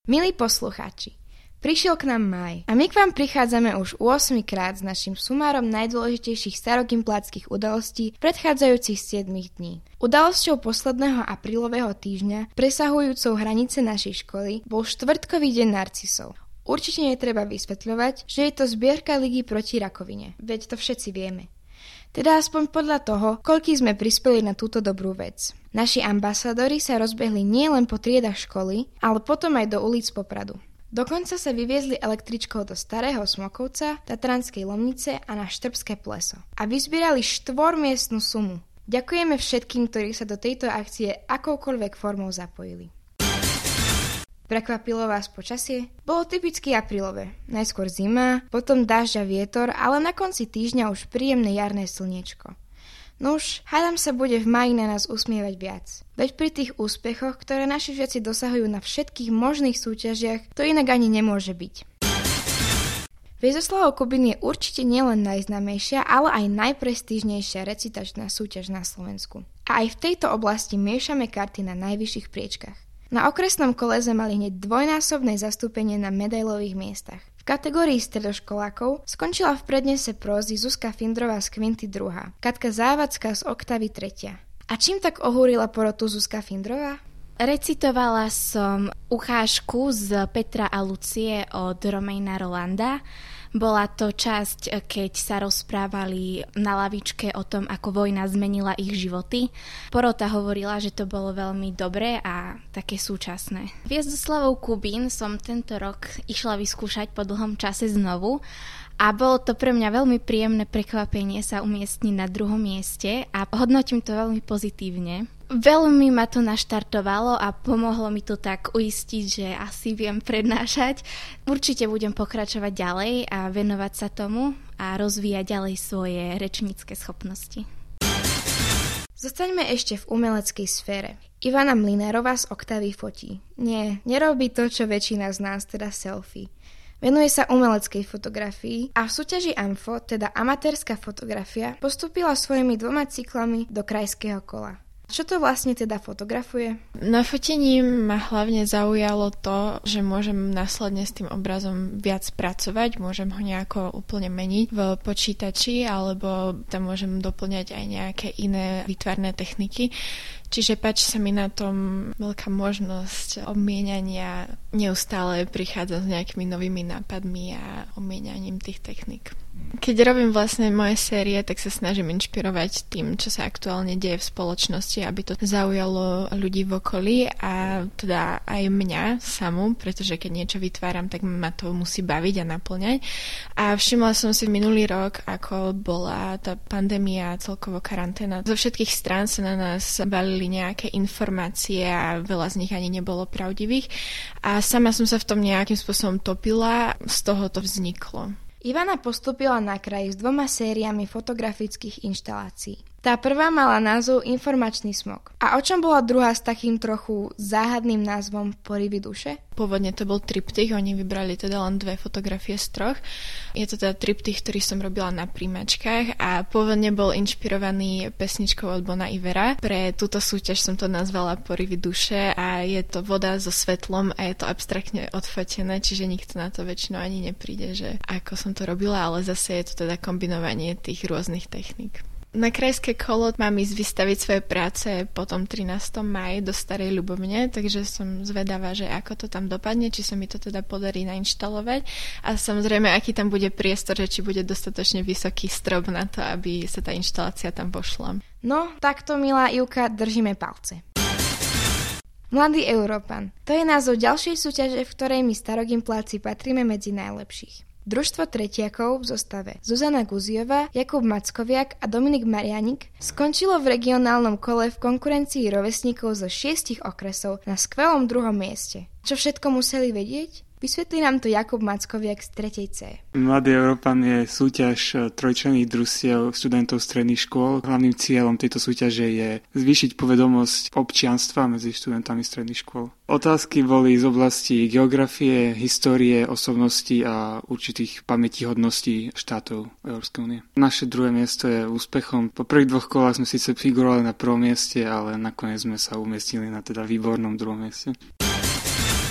Milí poslucháči, prišiel k nám máj a my k vám prichádzame už 8 krát s našim sumárom najdôležitejších starogimpláckych udalostí predchádzajúcich 7 dní. Udalosťou posledného aprílového týždňa, presahujúcou hranice našej školy, bol štvrtkový deň narcisov. Určite netreba vysvetľovať, že je to zbierka Ligy proti rakovine, veď to všetci vieme. Teda aspoň podľa toho, koľký sme prispeli na túto dobrú vec. Naši ambasádori sa rozbehli nielen po triedach školy, ale potom aj do ulic Popradu. Dokonca sa vyviezli električkou do Starého Smokovca, Tatranskej Lomnice a na Štrbské pleso. A vyzbierali 4-miestnu sumu. Ďakujeme všetkým, ktorí sa do tejto akcie akoukoľvek formou zapojili. Prekvapilo vás počasie? Bolo typicky aprílové. Najskôr zima, potom dážď a vietor, ale na konci týždňa už príjemné jarné slniečko. Nuž, hádam sa bude v máji na nás usmievať viac. Veď pri tých úspechoch, ktoré naši žiaci dosahujú na všetkých možných súťažiach, to inak ani nemôže byť. Viezoslav Kubín je určite nielen najznámejšia, ale aj najprestížnejšia recitačná súťaž na Slovensku. A aj v tejto oblasti miešame karty na najvyšších priečkach. Na okresnom kole sme mali hneď dvojnásobné zastúpenie na medailových miestach. V kategórii stredoškolákov skončila v prednese prózy Zuzka Findrová z Kvinty 2, Katka Závadzka z Oktavy 3. A čím tak ohúrila porotu Zuzka Findrová? Recitovala som uchážku z Petra a Lucie od Romejna Rolanda. Bola to časť, keď sa rozprávali na lavičke o tom, ako vojna zmenila ich životy. Porota hovorila, že to bolo veľmi dobré a také súčasné. Viezdoslavou Kubín som tento rok išla vyskúšať po dlhom čase znovu a bolo to pre mňa veľmi príjemné prekvapenie sa umiestniť na druhom mieste a hodnotím to veľmi pozitívne. Veľmi ma to naštartovalo a pomohlo mi to tak uistiť, že asi viem prednášať. Určite budem pokračovať ďalej a venovať sa tomu a rozvíjať ďalej svoje rečnícke schopnosti. Zostaňme ešte v umeleckej sfére. Ivana Mlynárová z Oktavy fotí. Nie, nerobí to, čo väčšina z nás, teda selfie. Venuje sa umeleckej fotografii a v súťaži AMFO, teda amatérska fotografia, postúpila svojimi 2 cyklami do krajského kola. Čo to vlastne teda fotografuje? Na fotení ma hlavne zaujalo to, že môžem následne s tým obrazom viac pracovať, môžem ho nejako úplne meniť v počítači, alebo tam môžem doplňať aj nejaké iné výtvarné techniky. Čiže páči sa mi na tom veľká možnosť obmienania, neustále prichádzam s nejakými novými nápadmi a obmienianím tých technik. Keď robím vlastne moje série, tak sa snažím inšpirovať tým, čo sa aktuálne deje v spoločnosti, aby to zaujalo ľudí v okolí a teda aj mňa samú, pretože keď niečo vytváram, tak ma to musí baviť a naplňať. A všimla som si minulý rok, ako bola tá pandémia, celkovo karanténa. Zo všetkých strán sa na nás balili nejaké informácie a veľa z nich ani nebolo pravdivých. A sama som sa v tom nejakým spôsobom topila, z toho to vzniklo. Ivana postúpila na kraj s 2 sériami fotografických inštalácií. Tá prvá mala názov Informačný smog. A o čom bola druhá s takým trochu záhadným názvom Porivy duše? Pôvodne to bol triptych, oni vybrali teda len 2 fotografie z 3. Je to teda triptych, ktorý som robila na príjmačkách a pôvodne bol inšpirovaný pesničkou od Bona Ivera. Pre túto súťaž som to nazvala Porivy duše a je to voda so svetlom a je to abstraktne odfotené, čiže nikto na to väčšinou ani nepríde, že ako som to robila, ale zase je to teda kombinovanie tých rôznych techník. Na krajské kolo mám ísť vystaviť svoje práce potom 13. máji do Starej Ľubovne, takže som zvedavá, že ako to tam dopadne, či sa mi to teda podarí nainštalovať a samozrejme, aký tam bude priestor, že či bude dostatočne vysoký strop na to, aby sa tá inštalácia tam pošla. No, takto, milá Ivka, držíme palce. Mladý Európan. To je názov ďalšej súťaže, v ktorej my starogimpláci patríme medzi najlepších. Družstvo tretiakov v zostave Zuzana Guziová, Jakub Mackoviak a Dominik Marianik skončilo v regionálnom kole v konkurencii rovesníkov zo 6 okresov na skvelom 2. mieste. Čo všetko museli vedieť? Vysvetlí nám to Jakub Mackoviak z 3. C. Mladý Európan je súťaž trojčlenných družstiev študentov stredných škôl. Hlavným cieľom tejto súťaže je zvýšiť povedomosť občianstva medzi študentami stredných škôl. Otázky boli z oblasti geografie, histórie, osobností a určitých pamätihodností štátov Európskej únie. Naše druhé miesto je úspechom. Po prvých 2 kolách sme síce figurovali na 1. mieste, ale nakoniec sme sa umiestnili na teda výbornom 2. mieste.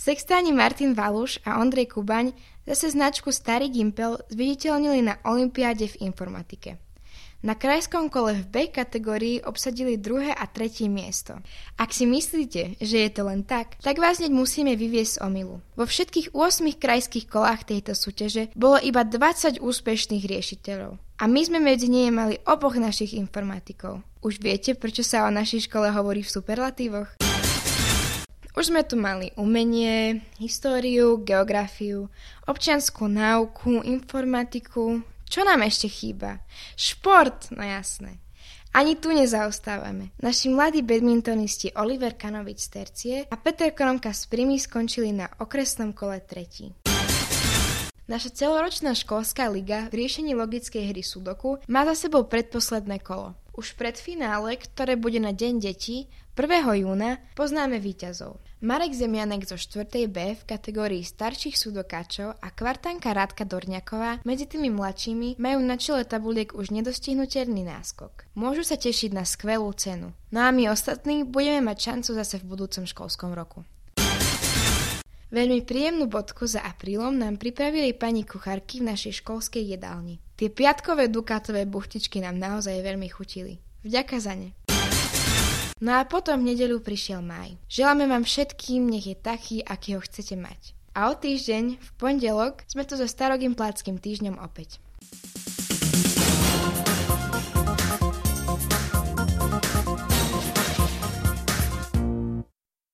Sextáni Martin Valuš a Ondrej Kubaň zase značku Starý Gimpel zviditeľnili na olympiáde v informatike. Na krajskom kole v B kategórii obsadili 2. a 3. miesto. Ak si myslíte, že je to len tak vás hneď musíme vyviesť z omylu. Vo všetkých 8 krajských kolách tejto súťaže bolo iba 20 úspešných riešiteľov. A my sme medzi nimi mali oboch našich informatikov. Už viete, prečo sa o našej škole hovorí v superlatívoch? Už sme tu mali umenie, históriu, geografiu, občiansku náuku, informatiku. Čo nám ešte chýba? Šport, no jasné. Ani tu nezaostávame. Naši mladí badmintonisti Oliver Kanovič z Tercie a Peter Kromka z Primy skončili na okresnom kole 3. Naša celoročná školská liga v riešení logickej hry Sudoku má za sebou predposledné kolo. Už pred finále, ktoré bude na Deň detí, 1. júna, poznáme víťazov. Marek Zemianek zo 4. B v kategórii starších sudokáčov a kvartánka Rádka Dorňaková medzi tými mladšími majú na čele tabuliek už nedostihnutelný náskok. Môžu sa tešiť na skvelú cenu. No a my ostatní budeme mať šancu zase v budúcom školskom roku. Veľmi príjemnú bodku za aprílom nám pripravili pani kuchárky v našej školskej jedálni. Tie piatkové dukátové buchtičky nám naozaj veľmi chutili. Vďaka za ne. No a potom v nedeľu prišiel máj. Želáme vám všetkým, nech je taký, aký ho chcete mať. A o týždeň, v pondelok, sme tu so Starogimpláckym týždňom opäť.